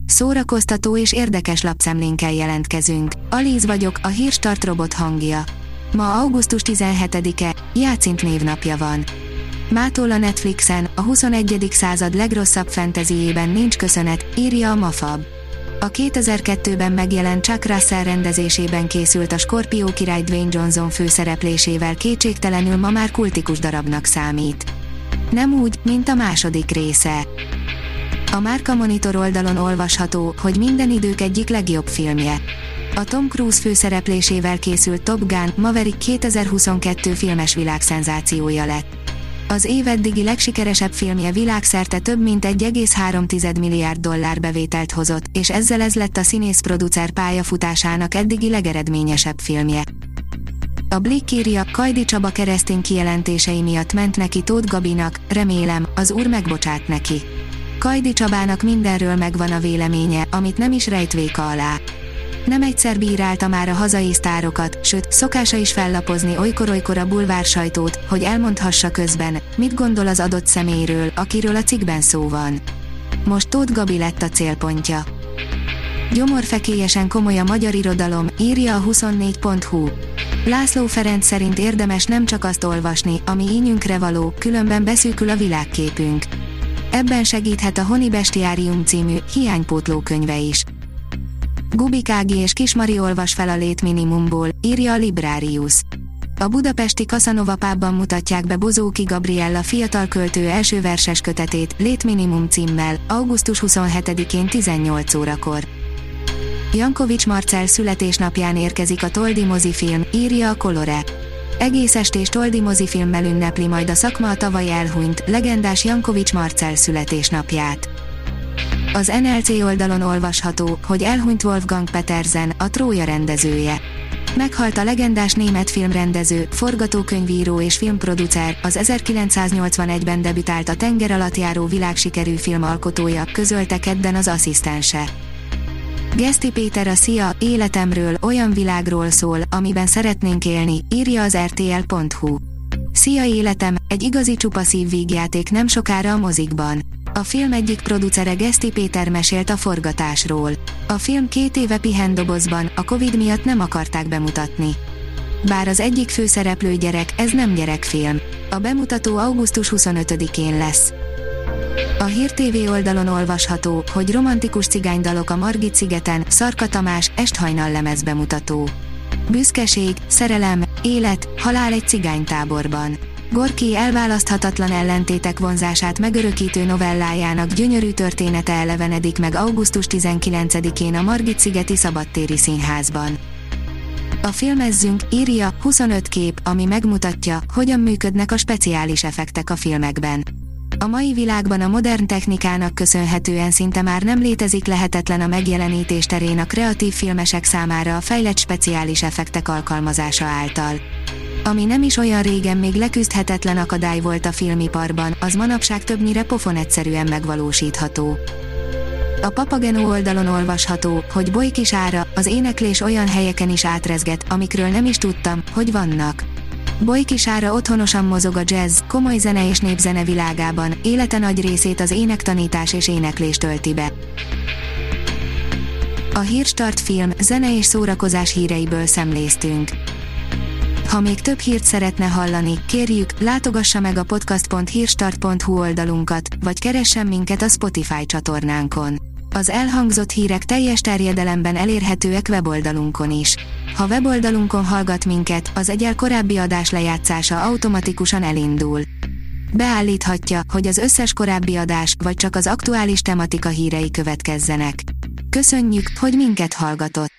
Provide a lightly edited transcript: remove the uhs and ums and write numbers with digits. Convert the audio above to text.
Szórakoztató és érdekes lapszemlénkkel jelentkezünk. Alíz vagyok, a Hírstart robot hangja. Ma augusztus 17-e, Jácint névnapja van. Mától a Netflixen, a 21. század legrosszabb fantasyjében nincs köszönet, írja a Mafab. A 2002-ben megjelent Chuck Russell rendezésében készült a Skorpió király Dwayne Johnson főszereplésével kétségtelenül ma már kultikus darabnak számít. Nem úgy, mint a második része. A Márka Monitor oldalon olvasható, hogy minden idők egyik legjobb filmje. A Tom Cruise főszereplésével készült Top Gun Maverick 2022 filmes világszenzációja lett. Az év eddigi legsikeresebb filmje világszerte több mint $1,3 milliárd bevételt hozott, és ezzel ez lett a színész-producer pályafutásának eddigi legeredményesebb filmje. A Blick írja, Kajdi Csaba keresztény kijelentései miatt ment neki Tóth Gabinak, remélem, az Úr megbocsát neki. Kajdi Csabának mindenről megvan a véleménye, amit nem is rejt véka alá. Nem egyszer bírálta már a hazai sztárokat, sőt, szokása is fellapozni olykor-olykor a bulvár sajtót, hogy elmondhassa közben, mit gondol az adott személyről, akiről a cikkben szó van. Most Tóth Gabi lett a célpontja. Gyomorfekélyesen komoly a magyar irodalom, írja a 24.hu. László Ferenc szerint érdemes nem csak azt olvasni, ami ínyünkre való, különben beszűkül a világképünk. Ebben segíthet a Honi Bestiárium című, hiánypótló könyve is. Gubik Ági és Kismari olvas fel a létminimumból, írja a Librarius. A budapesti Casanova pubban mutatják be Bozóki Gabriella fiatal költő első verses kötetét, Létminimum címmel, augusztus 27-én 18 órakor. Jankovics Marcell születésnapján érkezik a Toldi mozifilm, írja a Colore. Egész estés Toldi mozifilmmel ünnepli majd a szakma a tavaly elhunyt, legendás Jankovics Marcell születésnapját. Az NLC oldalon olvasható, hogy elhunyt Wolfgang Petersen, a Trója rendezője. Meghalt a legendás német filmrendező, forgatókönyvíró és filmproducer, az 1981-ben debütált a tengeralattjáró világsikerű film alkotója, közölte kedden az asszisztense. Geszti Péter a Szia, életemről, olyan világról szól, amiben szeretnénk élni, írja az rtl.hu. Szia életem, egy igazi csupa szívvígjáték nem sokára a mozikban. A film egyik producere Geszti Péter mesélt a forgatásról. A film 2 éve pihendobozban, a Covid miatt nem akarták bemutatni. Bár az egyik főszereplő gyerek, ez nem gyerekfilm. A bemutató augusztus 25-én lesz. A Hír TV oldalon olvasható, hogy romantikus cigánydalok a Margit-szigeten, Szarka Tamás, Esthajnal lemez bemutató. Büszkeség, szerelem, élet, halál egy cigánytáborban. Gorki elválaszthatatlan ellentétek vonzását megörökítő novellájának gyönyörű története elevenedik meg augusztus 19-én a Margit-szigeti Szabadtéri Színházban. A Filmezzünk, írja, 25 kép, ami megmutatja, hogyan működnek a speciális effektek a filmekben. A mai világban a modern technikának köszönhetően szinte már nem létezik lehetetlen a megjelenítés terén a kreatív filmesek számára a fejlett speciális effektek alkalmazása által. Ami nem is olyan régen még leküzdhetetlen akadály volt a filmiparban, az manapság többnyire pofon egyszerűen megvalósítható. A Papageno oldalon olvasható, hogy Bolyki Sára, az éneklés olyan helyeken is átrezget, amikről nem is tudtam, hogy vannak. Bolyki Sára otthonosan mozog a jazz, komoly zene és népzene világában, élete nagy részét az énektanítás és éneklés tölti be. A Hírstart film, zene és szórakozás híreiből szemléztünk. Ha még több hírt szeretne hallani, kérjük, látogassa meg a podcast.hírstart.hu oldalunkat, vagy keressen minket a Spotify csatornánkon. Az elhangzott hírek teljes terjedelemben elérhetőek weboldalunkon is. Ha weboldalunkon hallgat minket, az egyel korábbi adás lejátszása automatikusan elindul. Beállíthatja, hogy az összes korábbi adás, vagy csak az aktuális tematika hírei következzenek. Köszönjük, hogy minket hallgatott!